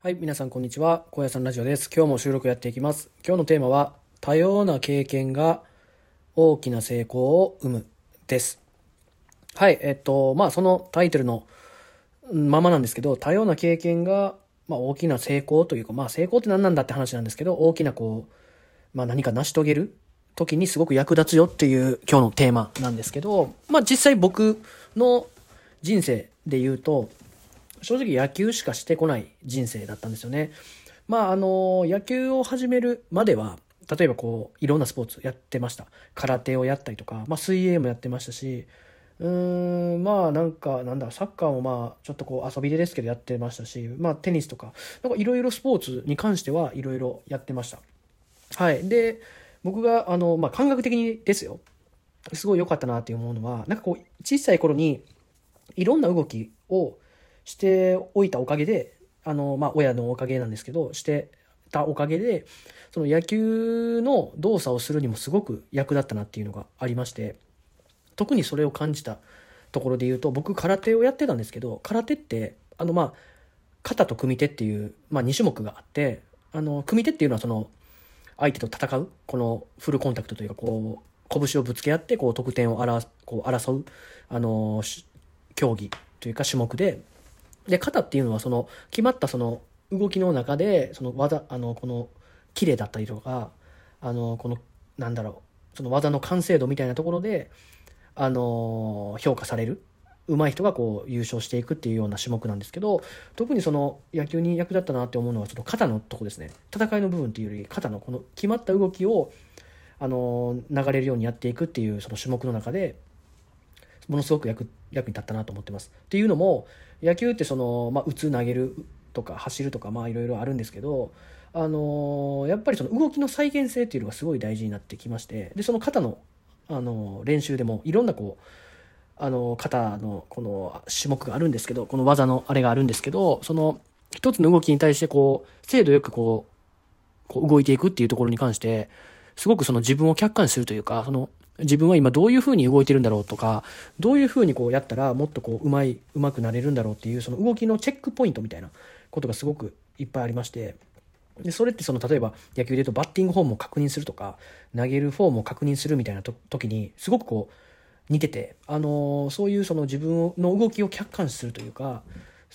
はい、皆さんこんにちは。高野山ラジオです。今日も収録やっていきます。今日のテーマは、多様な経験が大きな成功を生むです。はい、そのタイトルのままなんですけど、多様な経験が、大きな成功というか、成功って何なんだって話なんですけど、大きな何か成し遂げる時にすごく役立つよっていう今日のテーマなんですけど、実際僕の人生で言うと、正直野球しかしてこない人生だったんですよね。野球を始めるまでは、例えばいろんなスポーツやってました。空手をやったりとか、水泳もやってましたし、サッカーもちょっと遊びでですけどやってましたし、テニスとか、いろいろスポーツに関してはいろいろやってました。はい。で、僕が、感覚的にですよ。すごい良かったなって思うのは、小さい頃にいろんな動きをしておいたおかげで、親のおかげなんですけど、してたおかげで、その野球の動作をするにもすごく役立ったなっていうのがありまして、特にそれを感じたところで言うと、僕空手をやってたんですけど、空手って、肩と組手っていう、2種目があって、組手っていうのは相手と戦う、このフルコンタクトというか、拳をぶつけ合って、得点を争う、競技というか種目で、肩っていうのは決まった動きの中で、技、この、綺麗だったりとか、その技の完成度みたいなところで、評価される。上手い人が優勝していくっていうような種目なんですけど、特に野球に役立ったなって思うのは肩のとこですね。戦いの部分っていうより肩のこの決まった動きを流れるようにやっていくっていうその種目の中でものすごく役に立ったなと思ってます。っていうのも野球って打つ投げるとか走るとかいろいろあるんですけど、やっぱり動きの再現性っていうのがすごい大事になってきまして、でその肩の練習でもいろんな肩のこの種目があるんですけど、この技のあれがあるんですけど、その一つの動きに対して精度よく動いていくっていうところに関して、すごく自分を客観視するというか、自分は今どういう風に動いてるんだろうとか、どういう風にやったらもっとうまくなれるんだろうっていうその動きのチェックポイントみたいなことがすごくいっぱいありまして、でそれって例えば野球で言うとバッティングフォームを確認するとか、投げるフォームを確認するみたいな時にすごく似てて、そういう自分の動きを客観視するというか、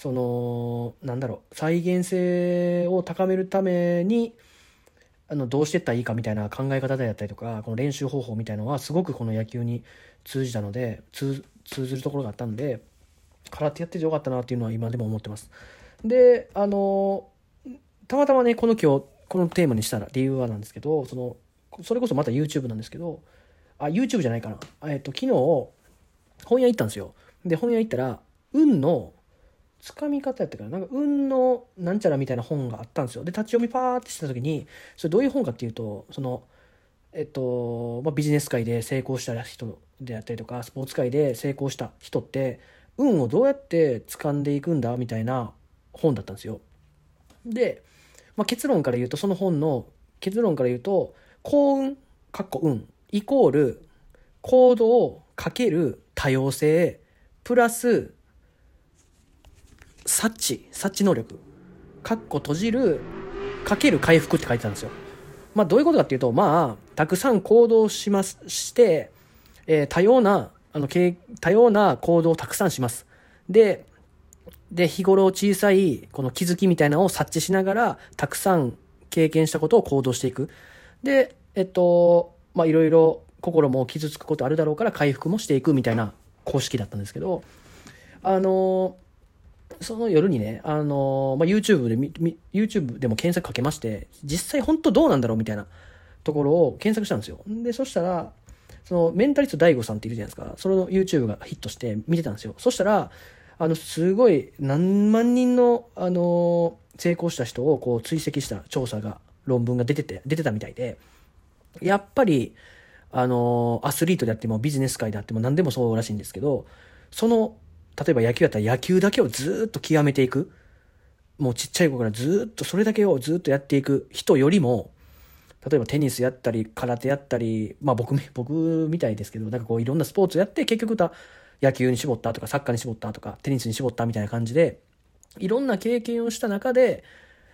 再現性を高めるためにどうしていったらいいかみたいな考え方であったりとか、この練習方法みたいなのはすごくこの野球に通じたので、通ずるところがあったんで、空手やっててよかったなっていうのは今でも思ってます。で、たまたまね、今日このテーマにした理由はなんですけど、それこそまた YouTube なんですけど、YouTube じゃないかな。昨日、本屋行ったんですよ。で、本屋行ったら、運のつかみ方やったから、運のなんちゃらみたいな本があったんですよ。で、立ち読みパーってした時に、それどういう本かっていうと、ビジネス界で成功した人であったりとか、スポーツ界で成功した人って、運をどうやって掴んでいくんだみたいな本だったんですよ。で、結論から言うと、その本の結論から言うと、幸運、運、イコール、行動かける多様性、プラス、察知能力、閉じる、かける回復って書いてたんですよ。どういうことかっていうと、たくさん行動して、多様な行動をたくさんします。で、日頃小さいこの気づきみたいなのを察知しながら、たくさん経験したことを行動していく。で、いろいろ心も傷つくことあるだろうから回復もしていくみたいな公式だったんですけど、その夜にね、YouTube でも検索かけまして、実際本当どうなんだろうみたいなところを検索したんですよ。で、そしたら、メンタリスト DAIGO さんっているじゃないですか。それの YouTube がヒットして見てたんですよ。そしたら、すごい何万人の、成功した人を追跡した調査が、論文が出てたみたいで、やっぱり、アスリートであってもビジネス界であっても何でもそうらしいんですけど、例えば野球だったら野球だけをずっと極めていく。もうちっちゃい子からずっとそれだけをずっとやっていく人よりも、例えばテニスやったり、空手やったり、僕みたいですけど、いろんなスポーツやって結局野球に絞ったとか、サッカーに絞ったとか、テニスに絞ったみたいな感じで、いろんな経験をした中で、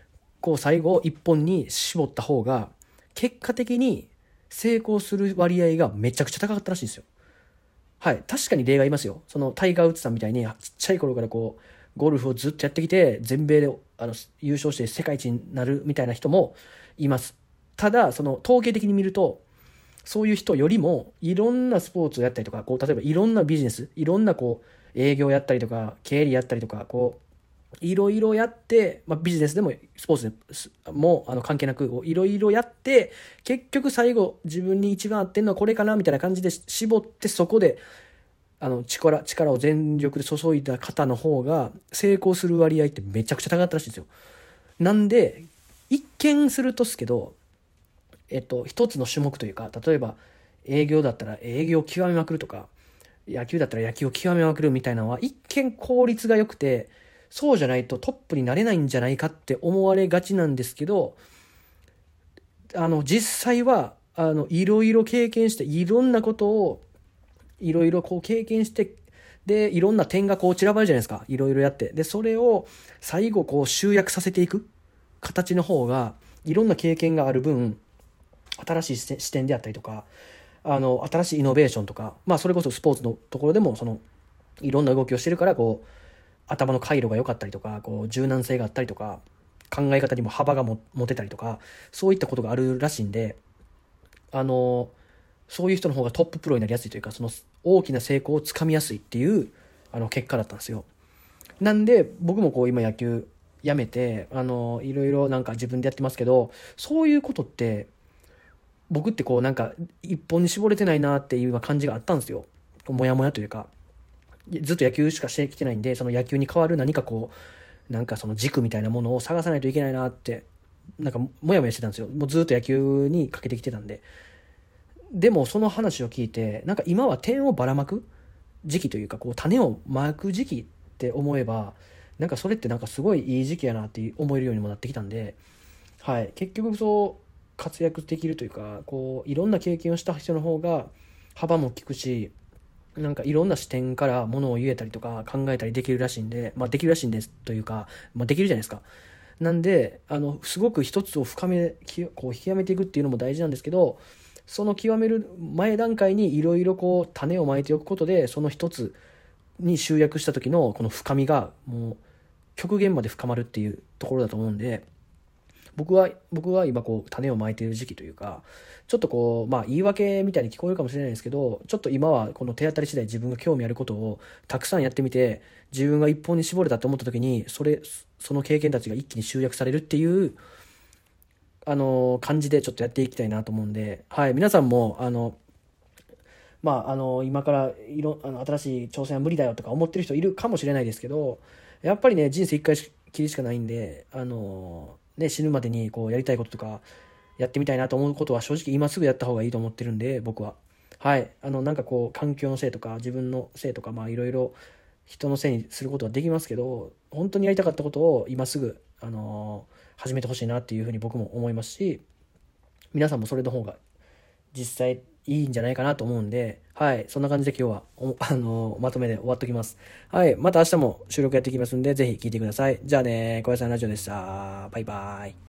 構最後一本に絞った方が結果的に成功する割合がめちゃくちゃ高かったらしいんですよ。はい、確かに例がいますよ。そのタイガー・ウッズさんみたいにちっちゃい頃からこうゴルフをずっとやってきて全米で優勝して世界一になるみたいな人もいます。ただその統計的に見るとそういう人よりもいろんなスポーツをやったりとかこう例えばいろんなビジネスいろんなこう営業やったりとか経理やったりとかこういろいろやって、ビジネスでもスポーツでも関係なくいろいろやって結局最後自分に一番合ってるのはこれかなみたいな感じで絞ってそこで力を全力で注いだ方の方が成功する割合ってめちゃくちゃ高かったらしいんですよ。なんで一見するとですけど、一つの種目というか例えば営業だったら営業を極めまくるとか野球だったら野球を極めまくるみたいなのは一見効率が良くてそうじゃないとトップになれないんじゃないかって思われがちなんですけど、実際はいろいろ経験していろんなことをいろいろこう経験してでいろんな点がこう散らばるじゃないですか。いろいろやってでそれを最後こう集約させていく形の方がいろんな経験がある分新しい視点であったりとか新しいイノベーションとかそれこそスポーツのところでもいろんな動きをしてるからこう頭の回路が良かったりとかこう柔軟性があったりとか考え方にも幅が持てたりとかそういったことがあるらしいんでそういう人の方がトッププロになりやすいというかその大きな成功をつかみやすいっていう結果だったんですよ。なんで僕もこう今野球やめていろいろなんか自分でやってますけどそういうことって僕ってこうなんか一本に絞れてないなっていう感じがあったんですよ。もやもやというかずっと野球しかしてきてないんでその野球に代わる何かこうなんかその軸みたいなものを探さないといけないなってなんかもやもやしてたんですよ。もうずっと野球にかけてきてたんで。でもその話を聞いてなんか今は点をばらまく時期というかこう種をまく時期って思えばなんかそれってなんかすごいいい時期やなって思えるようにもなってきたんで、はい、結局そう活躍できるというかこういろんな経験をした人の方が幅も利くしなんかいろんな視点からものを言えたりとか考えたりできるらしいんで、できるらしいんですというか、できるじゃないですか。なんですごく一つをこう極めていくっていうのも大事なんですけどその極める前段階にいろいろこう種をまいておくことでその一つに集約した時のこの深みがもう極限まで深まるっていうところだと思うんで僕は今こう種をまいている時期というかちょっとこう言い訳みたいに聞こえるかもしれないですけどちょっと今はこの手当たり次第自分が興味あることをたくさんやってみて自分が一本に絞れたと思った時にその経験たちが一気に集約されるっていう感じでちょっとやっていきたいなと思うんで、はい、皆さんも今から新しい挑戦は無理だよとか思ってる人いるかもしれないですけどやっぱりね人生一回きりしかないんで死ぬまでにこうやりたいこととかやってみたいなと思うことは正直今すぐやった方がいいと思ってるんで僕ははいなんかこう環境のせいとか自分のせいとかいろいろ人のせいにすることはできますけど本当にやりたかったことを今すぐ始めてほしいなっていうふうに僕も思いますし皆さんもそれの方が実際いいんじゃないかなと思うんで、はい、そんな感じで今日はまとめで終わっときます。はい、また明日も収録やっていきますんでぜひ聞いてください。じゃあね、小屋さんラジオでした。バイバイ。